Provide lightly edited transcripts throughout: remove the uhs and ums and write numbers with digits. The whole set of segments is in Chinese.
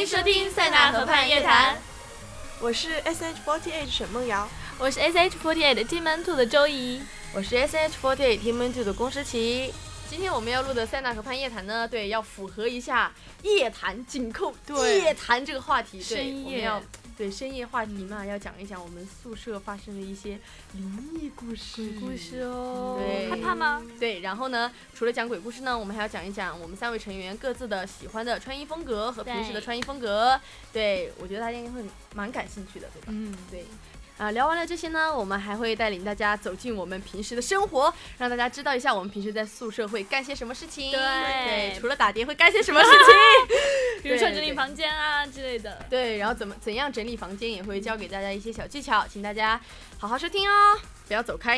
迎收听塞纳河畔夜谈。 我是 SH48 沈梦瑶， 我是 SH48 Team N2 的周怡， 我是 SH48 Team N2 的龚诗琪。今天我们要录的塞纳河畔夜谈呢，对，要符合一下夜谈紧扣夜谈这个话题，对，我们要对深夜话题嘛，要讲一讲我们宿舍发生的一些灵异故事哦。 对， 害怕吗？ 对，然后呢，除了讲鬼故事呢，我们还要讲一讲我们3位成员各自的喜欢的穿衣风格和平时的穿衣风格。对，我觉得大家应该会蛮感兴趣的，对吧？对。聊完了这些呢，我们还会带领大家走进我们平时的生活，让大家知道一下我们平时在宿舍会干些什么事情。对，除了打碟会干些什么事情， 比如说整理房间啊之类的。 对，然后怎样整理房间也会教给大家一些小技巧，请大家好好收听哦，不要走开。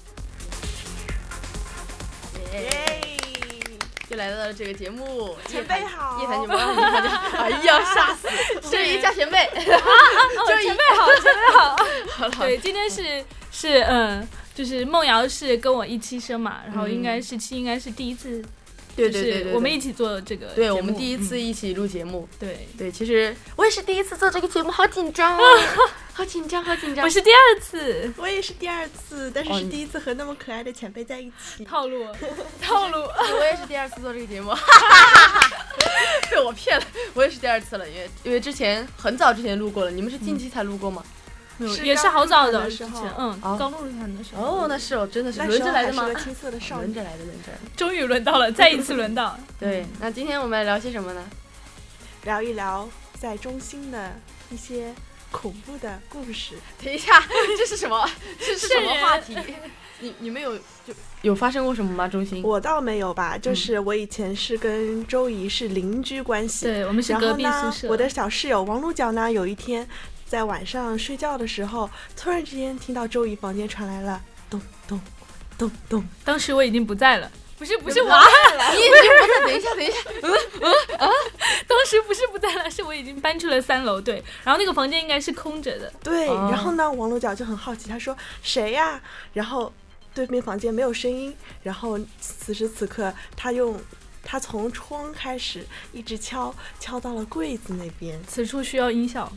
就来到了这个节目， 前辈好， 夜谈节目，哎呀，吓死！这一叫前辈， 前辈好，前辈好。对，今天是就是梦瑶是跟我一期生嘛，然后应该是第一次，对，我们一起做这个节目， 对，我们第一次一起录节目， 对， 其实我也是第一次做这个节目，好紧张啊，好紧张。 我是第2次， 我也是第2次，但是是第一次和那么可爱的前辈在一起。 套路。 我也是第2次做这个节目，被我骗了，我也是第2次了，因为之前很早之前录过了，你们是近期才录过吗？ 也是好早的时候， 刚入团的时候。 哦，那是真的是轮着来的吗？ 那时候还是个青涩的少女， 轮着来的。 终于轮到了，再一次轮到。 对，那今天我们来聊些什么呢？ 聊一聊在中心的一些恐怖的故事。 等一下，这是什么？这是什么话题？你们有发生过什么吗？中心？ 我倒没有吧，就是我以前是跟周怡是邻居关系， 对，我们是隔壁宿舍。 我的小室友王鹿角呢，有一天在晚上睡觉的时候，突然之间听到周怡房间传来了咚咚咚咚。 当时我已经不在了，不是我， 你已经不在。等一下， 当时不是不在了，是我已经搬出了3楼，对，然后那个房间应该是空着的， 对，然后呢，王鹿角就很好奇，他说谁呀？然后对面房间没有声音，然后此时此刻他从窗开始一直敲到了柜子那边， 此处需要音效。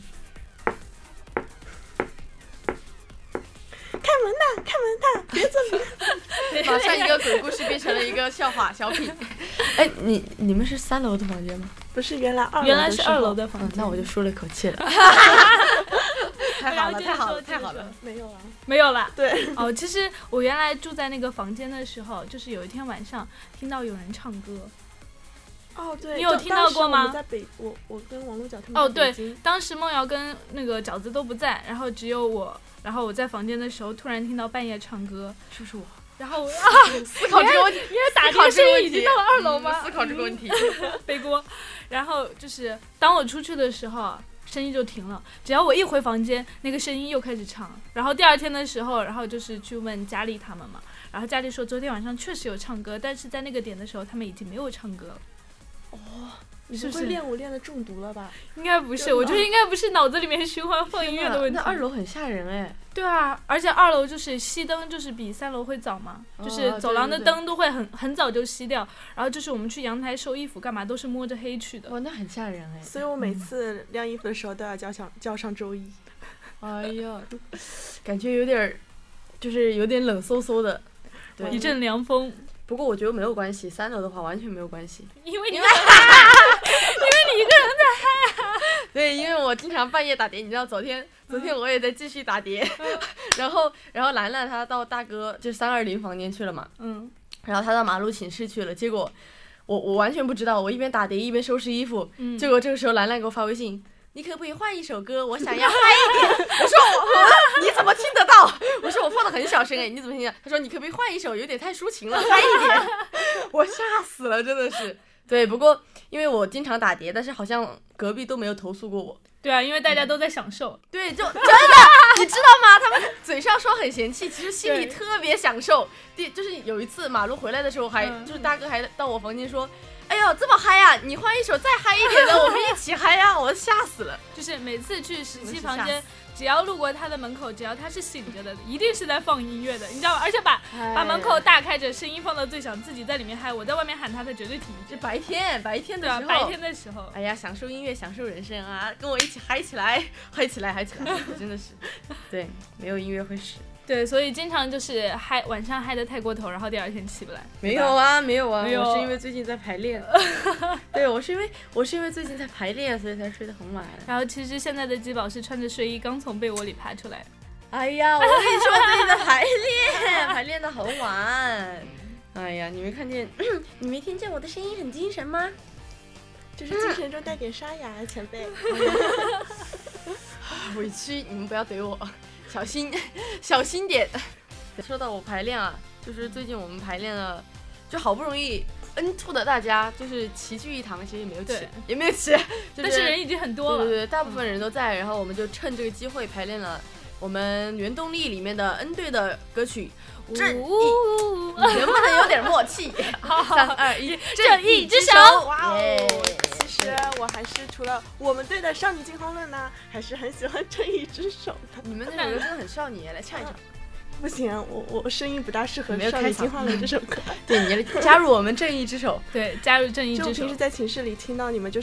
开门呐，别走！ 马上一个鬼故事变成了一个笑话小品。哎，你们是3楼的房间吗？ 不是，原来是2楼的房间。 那我就舒了一口气了。太好了， 没有了。 对，其实我原来住在那个房间的时候，就是有一天晚上听到有人唱歌。 对， 你有听到过吗？ 我跟王鹿角他们在北京。 对，当时梦瑶跟那个饺子都不在，然后只有我，然后我在房间的时候突然听到半夜唱歌， 是不是我？ 然后思考这个问题， 因为打碟声音已经到了2楼吗？ 思考这个问题， 背锅。然后就是当我出去的时候，声音就停了，只要我一回房间，那个声音又开始唱。然后第2天的时候，然后就是去问佳丽他们嘛，然后佳丽说昨天晚上确实有唱歌，但是在那个点的时候他们已经没有唱歌了。 你是不是练舞练的中毒了吧？ 应该不是，我觉得应该不是脑子里面循环放音乐的问题。 那2楼很吓人哎。 对啊，而且2楼就是熄灯，就是比3楼会早嘛，就是走廊的灯都会很早就熄掉，然后就是我们去阳台收衣服干嘛都是摸着黑去的。 哇，那很吓人哎。 所以我每次晾衣服的时候都要叫上周一。 哎呀，感觉有点冷馊馊的，对， 一阵凉风。 不过我觉得没有关系，3楼的话完全没有关系， 因为你一个人在嗨啊。 对，因为我经常半夜打碟，你知道昨天我也在继续打碟，然后兰兰她到大哥就320房间去了嘛，然后她到马路寝室去了，结果我完全不知道，我一边打碟一边收拾衣服，结果这个时候兰兰给我发微信。你可不可以换一首歌？我想要嗨一点。我说你怎么听得到？我说我放的很小声哎，你怎么听得到？他说你可不可以换一首，有点太抒情了，嗨一点。我吓死了，真的是。对，不过因为我经常打碟，但是好像隔壁都没有投诉过我。 对啊，因为大家都在享受。 对，就真的，你知道吗？他们嘴上说很嫌弃，其实心里特别享受。就是有一次马路回来的时候就是大哥还到我房间说。哎哎呦这么嗨呀，你换一首再嗨一点的，我们一起嗨呀，我吓死了。 就是每次去17房间，只要路过他的门口，只要他是醒着的，一定是在放音乐的，你知道吗？而且把门口大开着，声音放到最小，自己在里面嗨，我在外面喊他绝对停一句。 白天的时候， 白天的时候， 哎呀，享受音乐，享受人生啊，跟我一起嗨起来，嗨起来，嗨起来，真的是，对，没有音乐会死。 对，所以经常就是晚上嗨得太过头，然后第二天起不来。 没有啊，我是因为最近在排练。对，我是因为最近在排练，所以才睡得很晚。 然后其实现在的鸡宝是穿着睡衣刚从被窝里爬出来。 哎呀，我跟你说，最近在排练得很晚。哎呀，你没看见，你没听见我的声音很精神吗？ 就是精神中带点沙哑，前辈。 委屈，你们不要怼我。小心点。说到我排练啊，就是最近我们排练了，就好不容易 N2 的大家就是齐聚一堂，其实也没有齐， 但是人已经很多了。 对，大部分人都在，然后我们就趁这个机会排练了我们原动力里面的 N 队的歌曲《正义》，能不能有点默契？3、2、1，正义之手！ 哇哦！其实我还是除了我们队的少女进化论呢，还是很喜欢正义之手的。 你们那首歌真的很少女，来唱一唱。 不行，我声音不大适合少女进化论这首歌。 对，你加入我们正义之手。 对，加入正义之手。 就平时在寝室里听到你们就是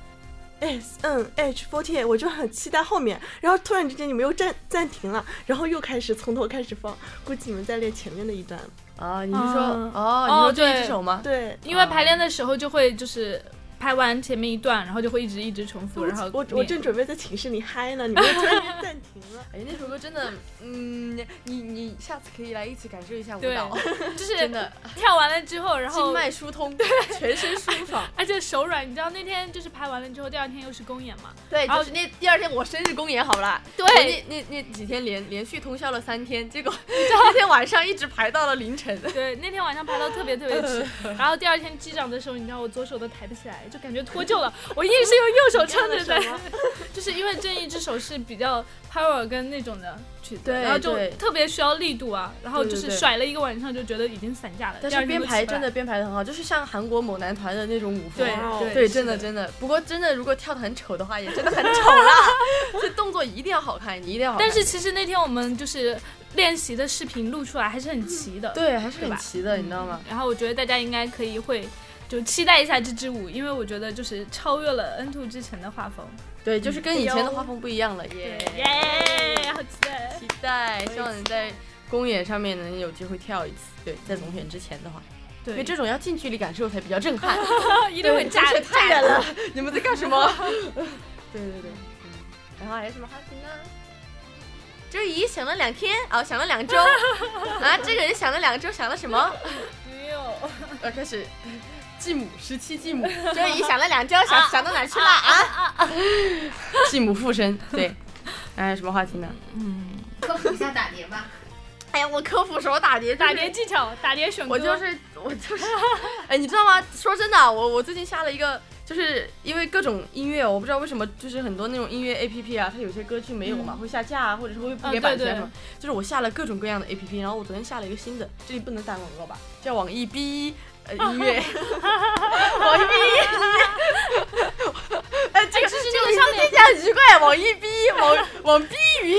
SNH48，我就很期待后面，然后突然之间你们又暂停了，然后又开始从头开始放，估计你们在练前面的一段啊。你是说你说正义之手吗？ 对， 因为排练的时候就会就是拍完前面一段，然后就会一直重复，然后我正准备在寝室里嗨呢，你们突然间暂停了。 哎，那首歌真的，你下次可以来一起感受一下舞蹈， 就是真的跳完了之后，然后经脉疏通，对，全身舒爽， 而且手软。你知道那天就是拍完了之后，第二天又是公演嘛？ 对，就是那第二天我生日公演好不啦？ 对， 那几天连续通宵了3天，结果那天晚上一直排到了凌晨。 对，那天晚上排到特别迟，然后第二天击掌的时候，你知道我左手都抬不起来。就感觉脱臼了，我硬是用右手撑着的，就是因为正义之手是比较 power 跟那种的曲子，然后就特别需要力度啊，然后就是甩了一个晚上就觉得已经散架了。 但是编排真的编排的很好，就是像韩国某男团的那种舞风，对，真的。不过真的如果跳得很丑的话，也真的很丑啦。这动作一定要好看，你一定要好看。 但是其实那天我们就是练习的视频录出来还是很齐的， 对，还是很齐的，你知道吗？ 然后我觉得大家应该可以就期待一下这支舞，因为我觉得就是超越了 N2 之前的画风。 对，就是跟以前的画风不一样了， 耶！好期待！希望能在公演上面能有机会跳一次。对，在总选之前的话， 对， 因为这种要近距离感受才比较震撼， 一定会炸的。 太远了，你们在干什么？对，然后还有什么话题呢？周怡想了2天，想了2周啊！这个人想了2周，想了什么？ 没有。 开始。继母17继母，周怡想了2周，想到哪去了啊？继母附身，对。还有什么话题呢？ 科普一下打碟吧。 哎呀，我科普什么打碟？ 打碟技巧，打碟选歌。 我就是，哎，你知道吗？说真的，我最近下了一个，就是因为各种音乐，我不知道为什么，就是很多那种音乐 APP 啊，它有些歌曲没有嘛，会下架啊，或者是会不给版权什么。就是我下了各种各样的 APP，然后我昨天下了一个新的，这里不能打广告吧？叫网易 B。音乐，网易 B 音乐，这个上面听起来很奇怪，网易 B 网 B 云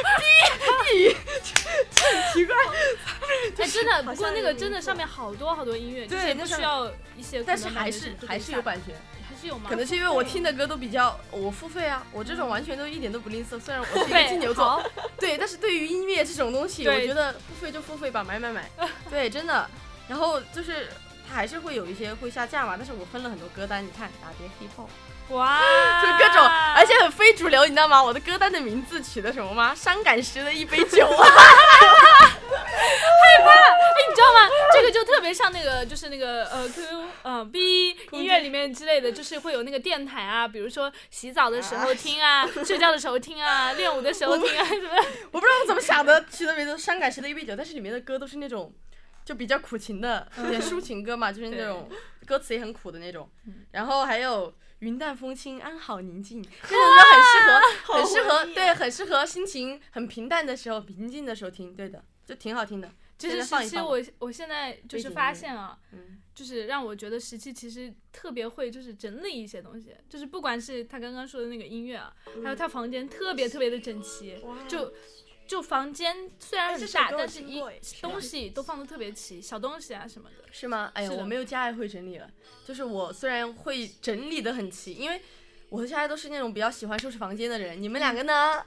B 语，很奇怪。 真的，不过那个真的上面好多音乐，对，不需要一些， 但是还是有版权， 还是有吗？ 可能是因为我听的歌都比较，我付费啊，我这种完全都一点都不吝啬，虽然我是一个金牛座，对，但是对于音乐这种东西，我觉得付费就付费吧，买，对，真的。然后就是。还是会有一些会下架嘛，但是我分了很多歌单，你看打碟 hip hop， 哇，就各种，而且很非主流，你知道吗？我的歌单的名字取的什么吗？伤感时的一杯酒啊，害怕！哎，你知道吗？这个就特别像那个，就是那个B 音乐里面之类的，就是会有那个电台啊，比如说洗澡的时候听啊，睡觉的时候听啊，练舞的时候听啊，什么？ 我不知道我怎么想的，取的名字伤感时的一杯酒，但是里面的歌都是那种。就比较苦情的，有点抒情歌嘛，就是那种歌词也很苦的那种。然后还有云淡风轻，安好宁静，这种歌很适合，对，很适合心情很平淡的时候、平静的时候听，对的，就挺好听的。 其实放一 17我现在就是发现啊，就是让我觉得17其实特别会就是整理一些东西，就是不管是他刚刚说的那个音乐啊，还有他房间特别的整齐，就房间虽然很大，但是东西都放的特别齐，小东西啊什么的。 是吗？哎呀，我没有家爱会整理了，就是我虽然会整理的很齐，因为我和夏夏都是那种比较喜欢收拾房间的人，你们两个呢？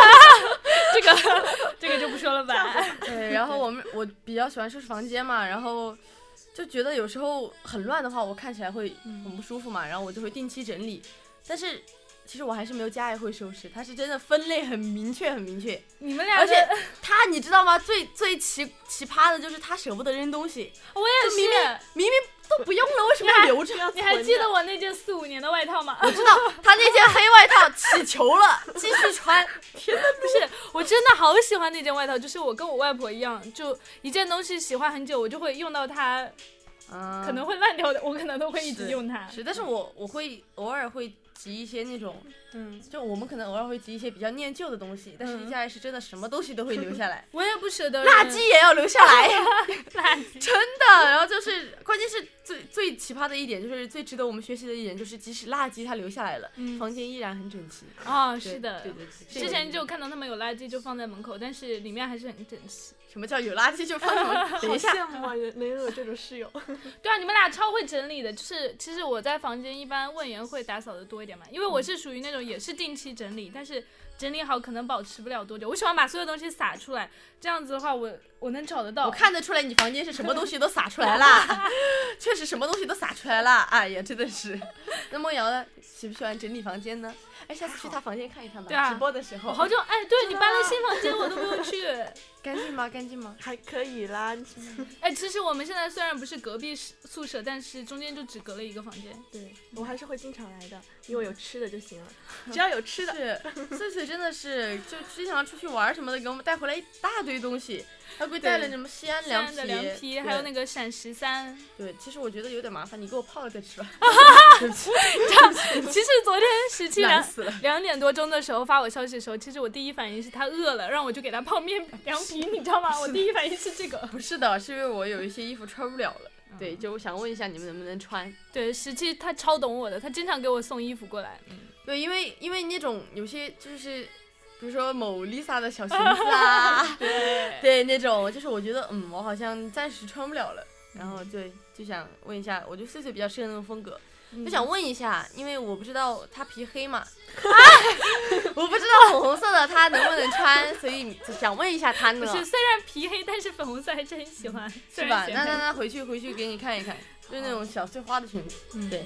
这个就不说了吧。 对，然后我比较喜欢收拾房间嘛，然后就觉得有时候很乱的话，我看起来会很不舒服嘛，然后我就会定期整理。但是其实我还是没有家爱会收拾，它是真的分类很明确。 你们俩， 而且他你知道吗？最奇葩的就是他舍不得扔东西。 我也是， 明明都不用了，为什么要留着？ 你还记得我那件4、5年的外套吗？ 我知道，他那件黑外套起球了，继续穿。天哪， 不是，我真的好喜欢那件外套，就是我跟我外婆一样，就一件东西喜欢很久，我就会用到它，可能会烂掉的，我可能都会一直用它。 是，但是我会偶尔会集一些那种，就我们可能偶尔会集一些比较念旧的东西，但是接下来是真的什么东西都会留下来。 我也不舍得， 垃圾也要留下来， 垃圾真的。然后就是关键是最奇葩的一点，就是最值得我们学习的一点，就是即使垃圾它留下来了，房间依然很整齐。 是的， 对。 之前就看到他们有垃圾就放在门口，但是里面还是很整齐。 什么叫有垃圾就放什么？等一下， 好羡慕啊，能有这种室友。 对啊，你们俩超会整理的。就是其实我在房间一般问言会打扫的多一点嘛，因为我是属于那种也是定期整理，但是整理好可能保持不了多久。我喜欢把所有东西撒出来，这样子的话我能找得到。 我看得出来你房间是什么东西都撒出来啦，确实什么东西都撒出来啦。哎呀，真的是。那梦瑶呢？喜不喜欢整理房间呢？哎，下次去他房间看一看吧。 对啊， 直播的时候。 我好久对你搬了新房间，我都没有去。 干净吗？ 还可以啦。 其实我们现在虽然不是隔壁宿舍，但是中间就只隔了一个房间。 对，我还是会经常来的，因为有吃的就行了，只要有吃的。 是，翠翠真的是就经常出去玩什么的，给我们带回来一大堆东西。还会带了什么西安凉皮， 还有那个陕13。 对，其实我觉得有点麻烦，你给我泡了再吃吧。 对不起。其实昨天17 2点多钟的时候发我消息的时候，其实我第一反应是他饿了，让我就给他泡面凉皮，你知道吗？我第一反应是这个。 不是的，是因为我有一些衣服穿不了了。对，就我想问一下你们能不能穿。 对，17他超懂我的，他经常给我送衣服过来。 对，因为那种有些就是。比如说某 Lisa 的小裙子啊，对那种，就是我觉得我好像暂时穿不了了，然后就想问一下，我觉得岁岁比较适合那种风格，就想问一下，因为我不知道他皮黑嘛，我不知道粉红色的他能不能穿，所以想问一下他呢。 不是，虽然皮黑，但是粉红色还是很喜欢， 是吧？那回去给你看一看，就是那种小碎花的裙子，对。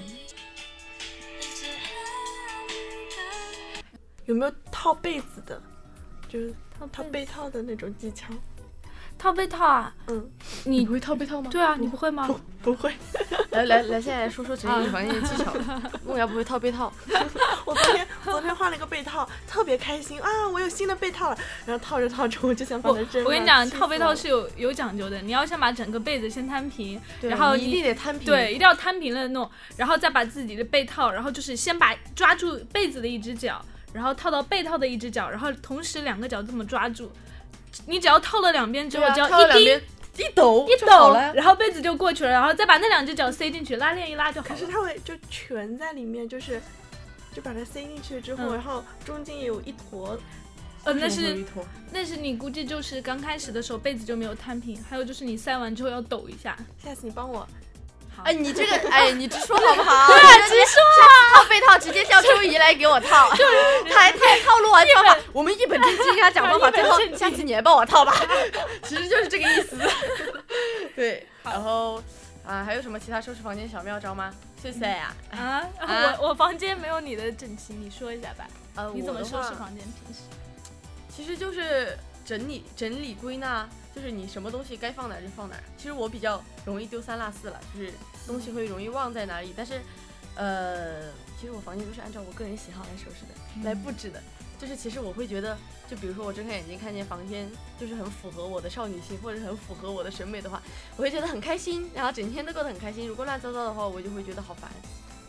有没有套被子的？就是套被套的那种技巧。 套被套啊？ 你会套被套吗？ 对啊，你不会吗？ 不会。 来，现在来说整理房间的技巧。梦瑶不会套被套。 我昨天换了一个被套，特别开心啊！我有新的被套了。然后套着，我就想把它扔了。 我跟你讲，套被套是有讲究的。你要先把整个被子先摊平，然后一定得摊平。 对，一定要摊平了弄，然后再把自己的被套，然后就是先抓住被子的一只脚。然后套到被套的一只脚，然后同时2个脚这么抓住，你只要套了2边之后，只要一抖， 然后被子就过去了，然后再把那2只脚塞进去，拉链一拉就好了。 可是它会就蜷在里面，就把它塞进去之后，然后中间有一坨。 那是你估计就是刚开始的时候被子就没有摊平，还有就是你塞完之后要抖一下。 下次你帮我。 你这个你直说好不好？ 对啊，直说啊！ 套被套直接叫周姨来给我套，太套路完套吧。我们一本正经跟他讲办法，最后下次你来帮我套吧。其实就是这个意思。对，然后还有什么其他收拾房间小妙招吗？岁岁呀？ 我房间没有你的整齐，你说一下吧。你怎么收拾房间？平时其实就是整理归纳。就是你什么东西该放哪儿就放哪儿。其实我比较容易丢三落四了，就是东西会容易忘在哪里。但是，其实我房间都是按照我个人喜好来收拾的，来布置的。就是其实我会觉得，就比如说我睁开眼睛看见房间就是很符合我的少女心，或者很符合我的审美的话，我会觉得很开心，然后整天都过得很开心。如果乱糟糟的话，我就会觉得好烦。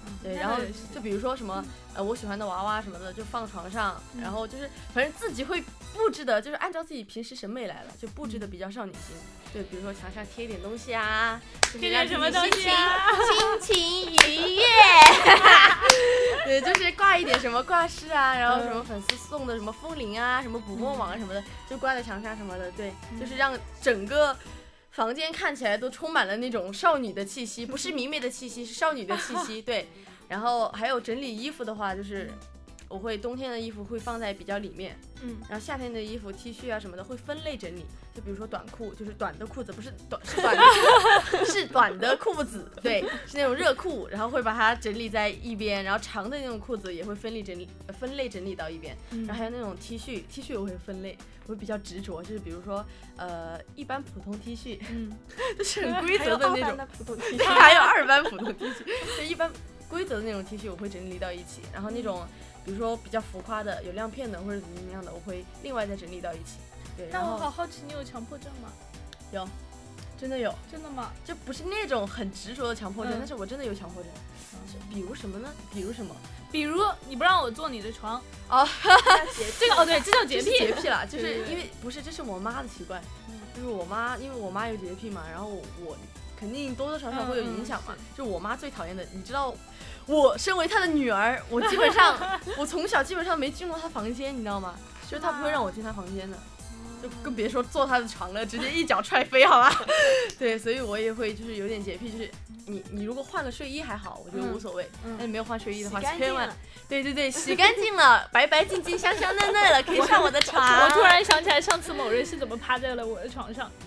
对，然后就比如说什么我喜欢的娃娃什么的就放床上，然后就是反正自己会布置的，就是按照自己平时审美来了，就布置的比较少女心。对，比如说墙上贴一点东西啊， 贴点什么东西啊？ 心情愉悦。对，就是挂一点什么挂饰啊，然后什么粉丝送的什么风铃啊，什么捕梦网什么的，就挂在墙上什么的。对，就是让整个房间看起来都充满了那种少女的气息，不是明媚的气息，是少女的气息。对，然后还有整理衣服的话，就是我会冬天的衣服会放在比较里面，然后夏天的衣服 T 恤啊什么的会分类整理。就比如说短裤，就是短的裤子，不是短，是短的，是短的裤子，对，是那种热裤，然后会把它整理在一边，然后长的那种裤子也会分类整理到一边，然后还有那种 T 恤我会分类，我会比较执着，就是比如说一般普通 T 恤，就是很规则的那种，还有2班普通 T 恤，就一般规则的那种 T 恤我会整理到一起，然后那种比如说比较浮夸的有亮片的或者怎么样的，我会另外再整理到一起。对， 但我好好奇，你有强迫症吗？ 有，真的有。 真的吗？ 就不是那种很执着的强迫症，但是我真的有强迫症。比如什么呢？比如什么？ 比如你不让我坐你的床哦， 这个对，这叫洁癖。 洁癖了，就是因为不是，这是我妈的习惯，就是我妈，因为我妈有洁癖嘛，然后我肯定多多少少会有影响嘛。就我妈最讨厌的，你知道，我身为她的女儿，我基本上我从小基本上没进过她房间，你知道吗？就是她不会让我进她房间的。就更别说坐他的床了，直接一脚踹飞，好吧？对，所以我也会就是有点洁癖，就是你如果换了睡衣还好，我觉得无所谓。但你没有换睡衣的话，千万对，洗干净了，白白净净，香香嫩嫩了，可以上我的床。 我突然想起来，上次某人是怎么趴在了我的床上。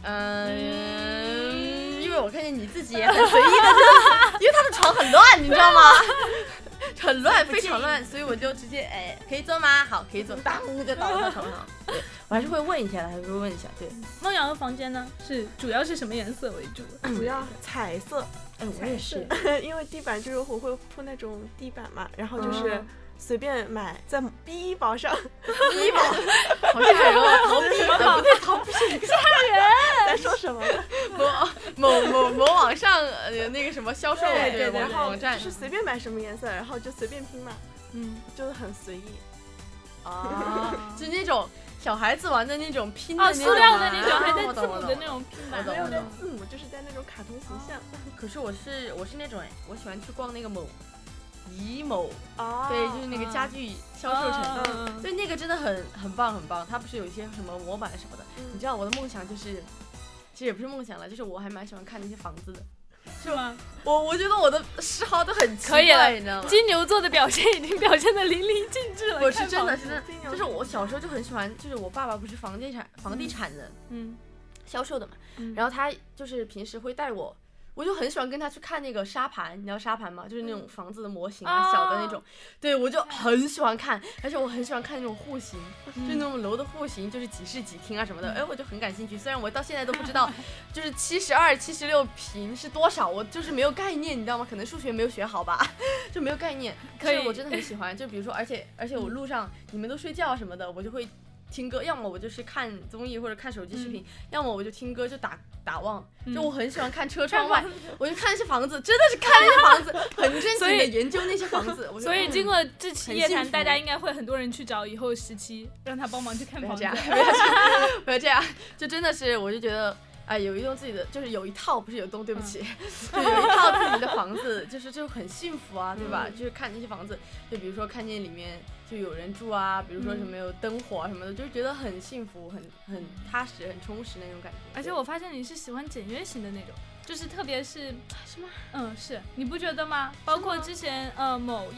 因为我看见你自己也很随意的，因为他的床很乱，你知道吗？很乱，非常乱，所以我就直接可以坐吗？好，可以坐，当就倒到床上。对，我还是会问一下的，对。 梦瑶的房间呢，主要是什么颜色为主？ 主要彩色。 我也是， 因为地板就是我会铺那种地板嘛，然后就是随便买，在 B 宝上，B 宝， 好吓人哦！淘 B 宝不对，淘 B 吓人。 在说什么？ 某网上那个什么销售网站， 就是随便买什么颜色，然后就随便拼嘛，就是很随意。 就是那种小孩子玩的那种拼的那种， 塑料的那种，还带字母的那种拼板， 没有带字母，就是带那种卡通形象。 可是我是那种我喜欢去逛那个宜某，对，就是那个家具销售城，对，那个真的很棒。它不是有一些什么模板什么的，你知道我的梦想就是，其实也不是梦想了，就是我还蛮喜欢看那些房子的。 是吗？ 我觉得我的嗜好都很奇怪， 你知道吗？ 金牛座的表现已经表现得淋漓尽致了。 我是真的，就是我小时候就很喜欢，就是我爸爸不是房地产的，销售的嘛，然后他就是平时会带我就很喜欢跟他去看那个沙盘，你知道沙盘吗？就是那种房子的模型啊，小的那种。对，我就很喜欢看，而且我很喜欢看那种户型，就那种楼的户型，就是几室几厅啊什么的。我就很感兴趣。虽然我到现在都不知道，就是72、76平是多少，我就是没有概念，你知道吗？可能数学没有学好吧，就没有概念。可是我真的很喜欢，就比如说，而且我路上你们都睡觉什么的，我就会听歌，要么我就是看综艺或者看手机视频，要么我就听歌，就打望。就我很喜欢看车窗外，我就看那些房子，真的是看那些房子，很认真的研究那些房子。 所以经过这期夜谈，大家应该会很多人去找以后17，让他帮忙去看房子。 不要这样，就真的是，我就觉得。有一栋自己的，就是有一套，不是有一栋，对不起，就有一套自己的房子，就很幸福啊，对吧？就是看那些房子，就比如说看见里面就有人住啊，比如说什么有灯火啊什么的，就是觉得很幸福，很踏实，很充实那种感觉。 而且我发现你是喜欢简约型的那种，就是特别是吗？是，你不觉得吗？包括之前某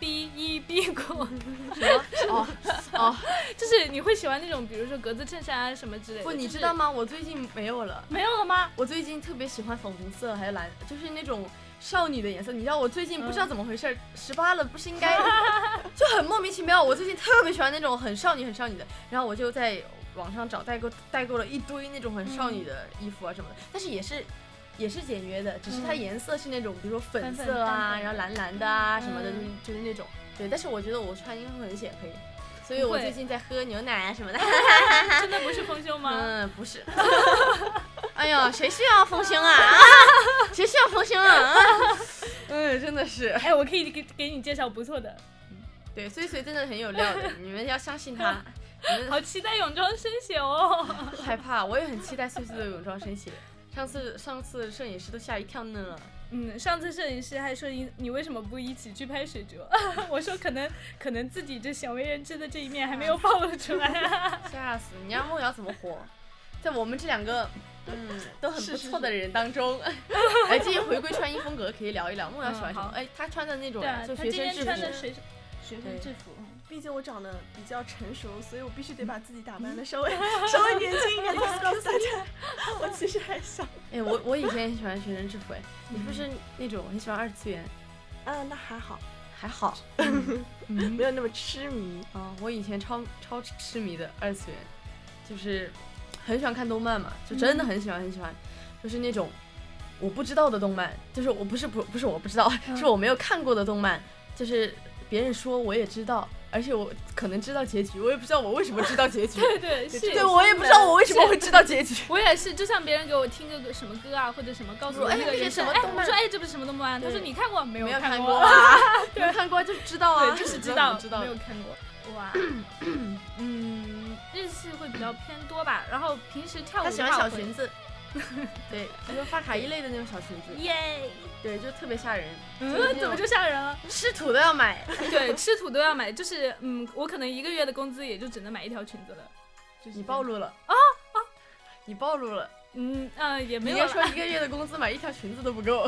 UB1B 过什么？就是你会喜欢那种，比如说格子衬衫啊什么之类的。 不，你知道吗？我最近没有了。 没有了吗？ 我最近特别喜欢粉红色，还有蓝，就是那种少女的颜色。你知道我最近不知道怎么回事，18了不是应该就很莫名其妙。我最近特别喜欢那种很少女的，然后我就在网上找代购了一堆那种很少女的衣服啊什么的，但是也是简约的，只是它颜色是那种比如说粉色啊，然后蓝蓝的啊什么的，就是那种。对，但是我觉得我穿应该会很显黑。所以我最近在喝牛奶啊什么的。 真的不是丰胸吗？ 不是。哎呀，谁需要丰胸啊？谁需要丰胸啊？真真的是。 哎，我可以给你介绍不错的。 对，岁岁真的很有料的，你们要相信他。你们好期待泳装生写哦！ 害怕，我也很期待岁岁的泳装生写。上次摄影师都吓一跳呢。 上次摄影师还说你为什么不一起去拍水族？我说可能自己这鲜为人知的这一面还没有暴露出来啊！ 吓死你！让梦瑶怎么活？在我们这两个都很不错的人当中，哎，这些回归穿衣风格可以聊一聊。梦瑶喜欢什么？哎，她穿的那种就学生制服。 学生制服。 毕竟我长得比较成熟，所以我必须得把自己打扮的稍微年轻一点，才能告诉大家我其实还小。 哎，我以前也喜欢学生制服，哎，你不是那种很喜欢二次元？ 那还好，没有那么痴迷啊。我以前超痴迷的二次元，就是很喜欢看动漫嘛，就真的很喜欢，就是那种我不知道的动漫，就是我不是我不知道，是我没有看过的动漫，就是别人说我也知道。而且我可能知道结局，我也不知道我为什么知道结局。 对， 对，我也不知道我为什么会知道结局。 我也是，就像别人给我听个什么歌啊，或者什么，告诉我那个人什么动漫，我说这不是什么动漫，他说你看过没有？看过啊，没有看过就知道啊， 对，就是知道，没有看过。哇，日系会比较偏多吧，然后平时跳舞的话， 他喜欢小裙子。对，就是发卡一类的那种小裙子， 耶， 对，就特别吓人。 怎么就吓人了？ 吃土都要买， 对，吃土都要买，就是我可能1个月的工资也就只能买1条裙子了。 就是你暴露了你暴露了， 也没有。 你要说1个月的工资买1条裙子都不够。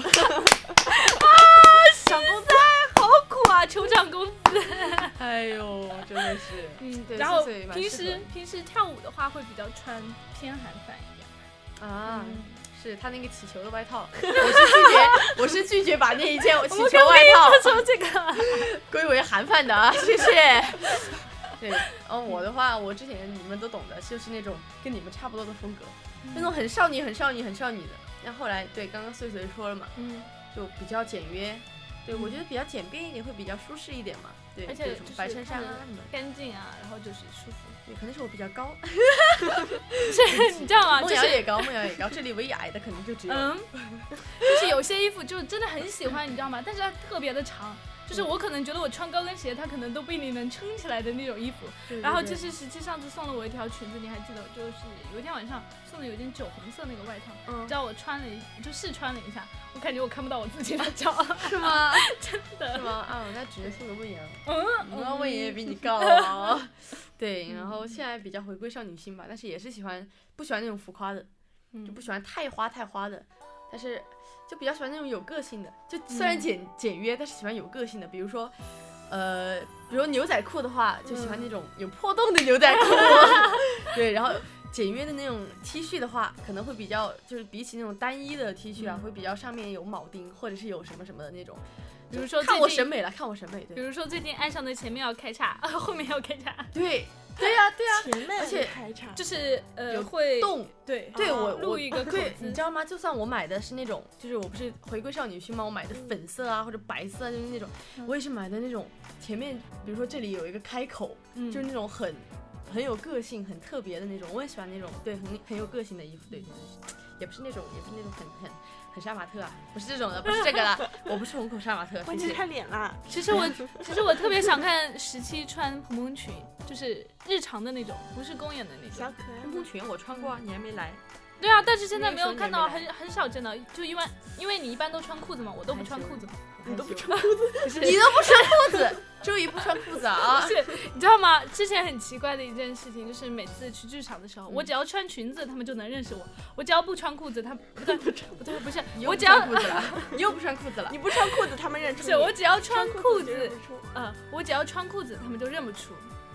涨工资好苦啊，求涨工资。 哎呦，真的是。对， 然后平时跳舞的话会比较穿偏韩范一点。 啊，是他那个气球的外套，我是拒绝把那一件气球外套说这个归为韩范的啊，谢谢。对，我的话，我之前你们都懂的，就是那种跟你们差不多的风格，那种很少女的。然后后来，对，刚刚岁岁说了嘛，就比较简约。对，我觉得比较简便一点，会比较舒适一点嘛。对， 而且什么白衬衫啊什么， 干净啊，然后就是舒服。 对，可能是我比较高。 是，你知道吗？ 梦瑶也高，这里唯一矮的可能就只有。 就是有些衣服就真的很喜欢，你知道吗？但是它特别的长。就是我可能觉得我穿高跟鞋，它可能都不一定能撑起来的那种衣服。 对， 然后就是实际上次送了我一条裙子，你还记得？就是有一天晚上送的有点酒红色那个外套，你知道我穿了就试穿了一下，我感觉我看不到我自己的脚。 是吗？ 真的？ 是吗？啊，那只能送给魏阳。魏阳也比你高啊。对，然后现在比较回归少女心吧，但是也是不喜欢那种浮夸的，就不喜欢太花的，但是就比较喜欢那种有个性的，就虽然简约，但是喜欢有个性的，比如说牛仔裤的话，就喜欢那种有破洞的牛仔裤。对，然后简约的那种 T 恤的话，可能会比较就是比起那种单一的 T 恤啊，会比较上面有铆钉或者是有什么的那种。 比如说看我审美。对， 比如说最近爱上的前面要开叉，后面要开叉。 对呀， 前面而且开叉就是有会洞。 对， 我录一个口子， 你知道吗？就算我买的是那种，就是我不是回归少女心吗？我买的粉色啊或者白色啊，就是那种，我也是买的那种前面，比如说这里有一个开口，就是那种很有个性、很特别的那种。我也喜欢那种对很有个性的衣服，对，也不是那种很杀马特啊，不是这种的，不是这个啦，我不是虹口杀马特。 关键看脸啦。 其实我特别想看17穿蓬蓬裙，就是日常的那种，不是公演的那种。 小可爱蓬蓬裙我穿过啊，你还没来。 对啊，但是现在没有看到，很少见到，就因为你一般都穿裤子嘛，我都不穿裤子。 你都不穿裤子？ 你都不穿裤子？周一不穿裤子啊？ 是，你知道吗？之前很奇怪的一件事情，就是每次去剧场的时候，我只要穿裙子，他们就能认识我；我只要不穿裤子，不是，我只要你又不穿裤子了， 你不穿裤子，他们认出你。 是，我只要穿裤子，我只要穿裤子，他们就认不出。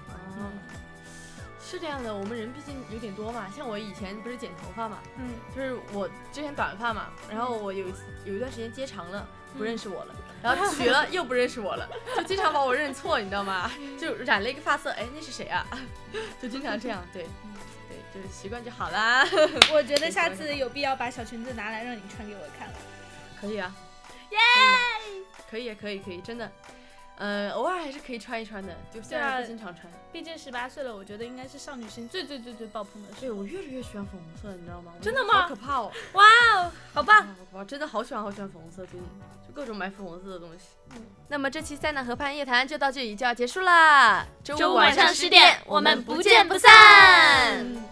是这样的，我们人毕竟有点多嘛。像我以前不是剪头发嘛，就是我之前短发嘛，然后我有一段时间接长了，不认识我了，然后取了又不认识我了，就经常把我认错，你知道吗？就染了一个发色，哎，那是谁啊？就经常这样，对，就是习惯就好啦。 我觉得下次有必要把小裙子拿来让你穿给我看了。 可以啊， 耶！ 可以，真的。 偶尔还是可以穿一穿的，就虽然不经常穿。 毕竟18岁了，我觉得应该是少女心最爆棚的时候。 对，我越来越喜欢粉红色，你知道吗？ 真的吗？ 好可怕哦！ 哇哦，好棒！ 我真的好喜欢粉红色，最近就各种买粉红色的东西。那么这期塞纳河畔夜谈就到这里就要结束啦， 周五晚上10点，我们不见不散。